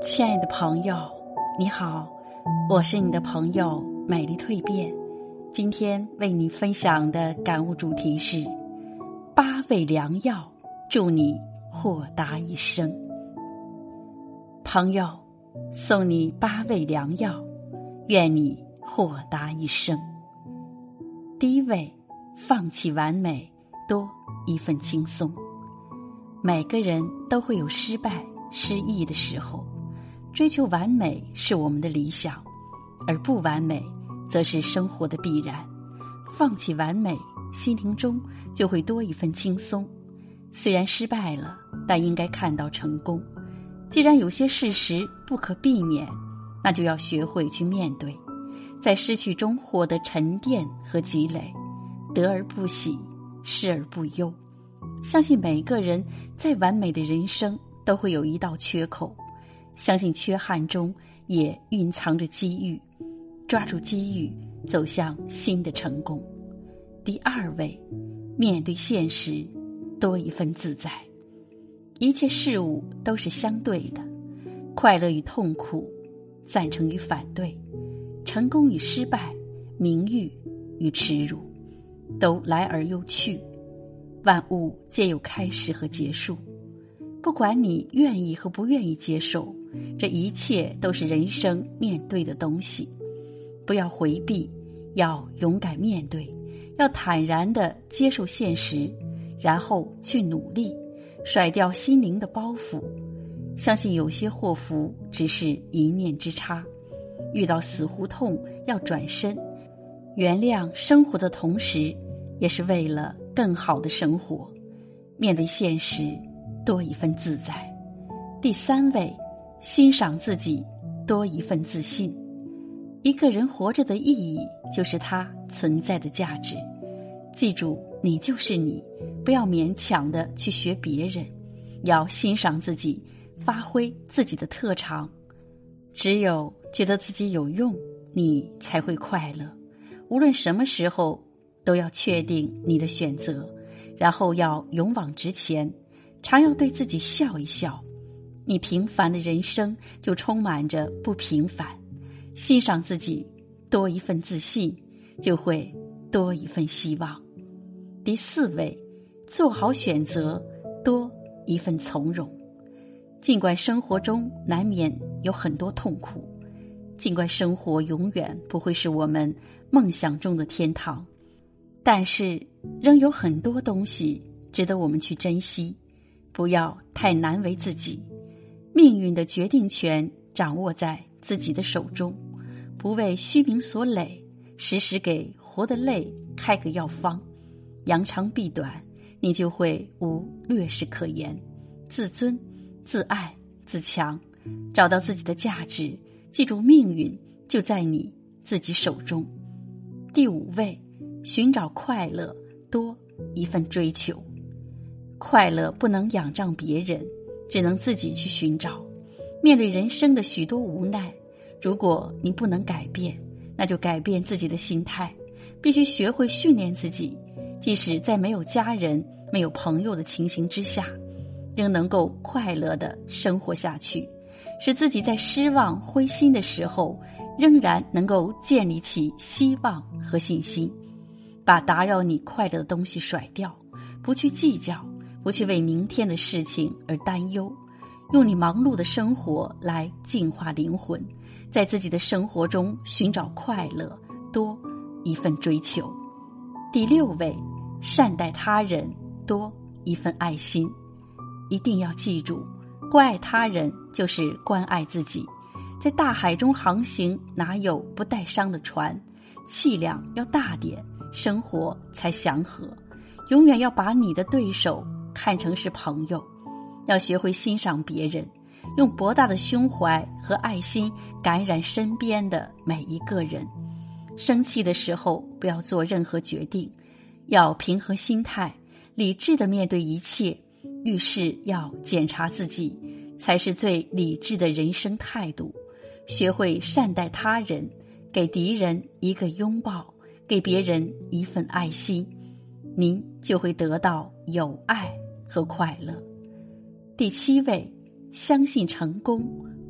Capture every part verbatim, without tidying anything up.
亲爱的朋友，你好，我是你的朋友美丽蜕变。今天为你分享的感悟主题是八味良药，祝你豁达一生。朋友，送你八味良药，愿你豁达一生。第一位，放弃完美，多一份轻松。每个人都会有失败失意的时候，追求完美是我们的理想，而不完美则是生活的必然。放弃完美，心灵中就会多一份轻松。虽然失败了，但应该看到成功。既然有些事实不可避免，那就要学会去面对，在失去中获得沉淀和积累，得而不喜，失而不忧。相信每个人再完美的人生都会有一道缺口，相信缺憾中也蕴藏着机遇，抓住机遇，走向新的成功。第二位，面对现实，多一份自在。一切事物都是相对的，快乐与痛苦，赞成与反对，成功与失败，名誉与耻辱，都来而又去。万物皆有开始和结束，不管你愿意和不愿意接受，这一切都是人生面对的东西。不要回避，要勇敢面对，要坦然地接受现实，然后去努力，甩掉心灵的包袱。相信有些祸福只是一念之差，遇到死胡同要转身，原谅生活的同时，也是为了更好的生活。面对现实，多一份自在。第三位，欣赏自己，多一份自信。一个人活着的意义，就是他存在的价值。记住，你就是你，不要勉强的去学别人，要欣赏自己，发挥自己的特长。只有觉得自己有用，你才会快乐。无论什么时候，都要确定你的选择，然后要勇往直前，常要对自己笑一笑。你平凡的人生就充满着不平凡。欣赏自己，多一份自信，就会多一份希望。第四位，做好选择，多一份从容。尽管生活中难免有很多痛苦，尽管生活永远不会是我们梦想中的天堂，但是仍有很多东西值得我们去珍惜。不要太难为自己，命运的决定权掌握在自己的手中。不为虚名所累，时时给活得累开个药方。扬长避短，你就会无劣势可言。自尊、自爱、自强，找到自己的价值。记住，命运就在你自己手中。第五位，寻找快乐，多一份追求。快乐不能仰仗别人，只能自己去寻找。面对人生的许多无奈，如果你不能改变，那就改变自己的心态。必须学会训练自己，即使在没有家人、没有朋友的情形之下，仍能够快乐地生活下去，使自己在失望、灰心的时候，仍然能够建立起希望和信心。把打扰你快乐的东西甩掉，不去计较，不去为明天的事情而担忧，用你忙碌的生活来净化灵魂，在自己的生活中寻找快乐，多一份追求。第六位，善待他人，多一份爱心。一定要记住，关爱他人就是关爱自己。在大海中航行，哪有不带伤的船？气量要大点，生活才祥和。永远要把你的对手看成是朋友，要学会欣赏别人，用博大的胸怀和爱心感染身边的每一个人。生气的时候不要做任何决定，要平和心态，理智地面对一切。遇事要检查自己，才是最理智的人生态度。学会善待他人，给敌人一个拥抱，给别人一份爱心，您就会得到有爱和快乐。第七位，相信成功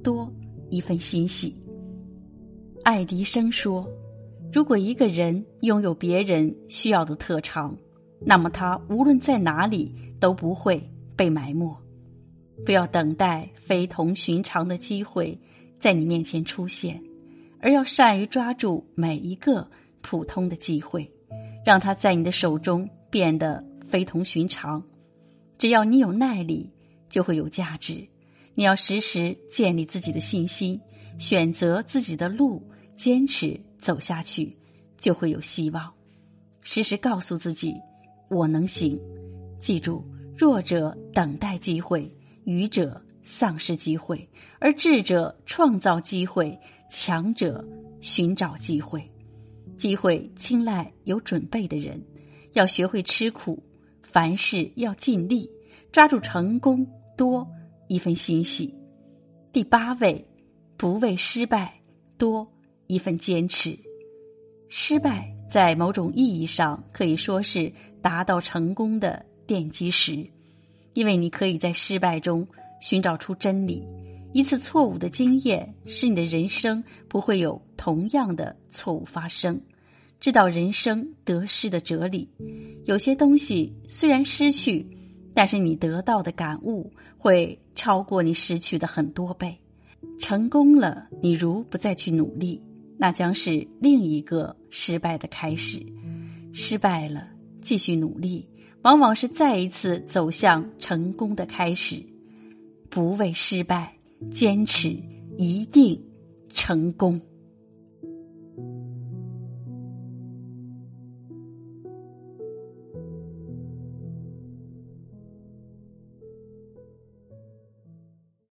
多一份欣喜。爱迪生说，如果一个人拥有别人需要的特长，那么他无论在哪里都不会被埋没。不要等待非同寻常的机会在你面前出现，而要善于抓住每一个普通的机会，让它在你的手中变得非同寻常。只要你有耐力，就会有价值。你要时时建立自己的信心，选择自己的路，坚持走下去，就会有希望。时时告诉自己，我能行。记住，弱者等待机会，愚者丧失机会，而智者创造机会，强者寻找机会。机会青睐有准备的人，要学会吃苦，凡事要尽力，抓住成功多一份欣喜。第八位，不为失败多一份坚持。失败在某种意义上可以说是达到成功的奠基石，因为你可以在失败中寻找出真理。一次错误的经验使你的人生不会有同样的错误发生。知道人生得失的哲理，有些东西虽然失去，但是你得到的感悟会超过你失去的很多倍。成功了，你如不再去努力，那将是另一个失败的开始。失败了，继续努力，往往是再一次走向成功的开始。不畏失败，坚持，一定成功。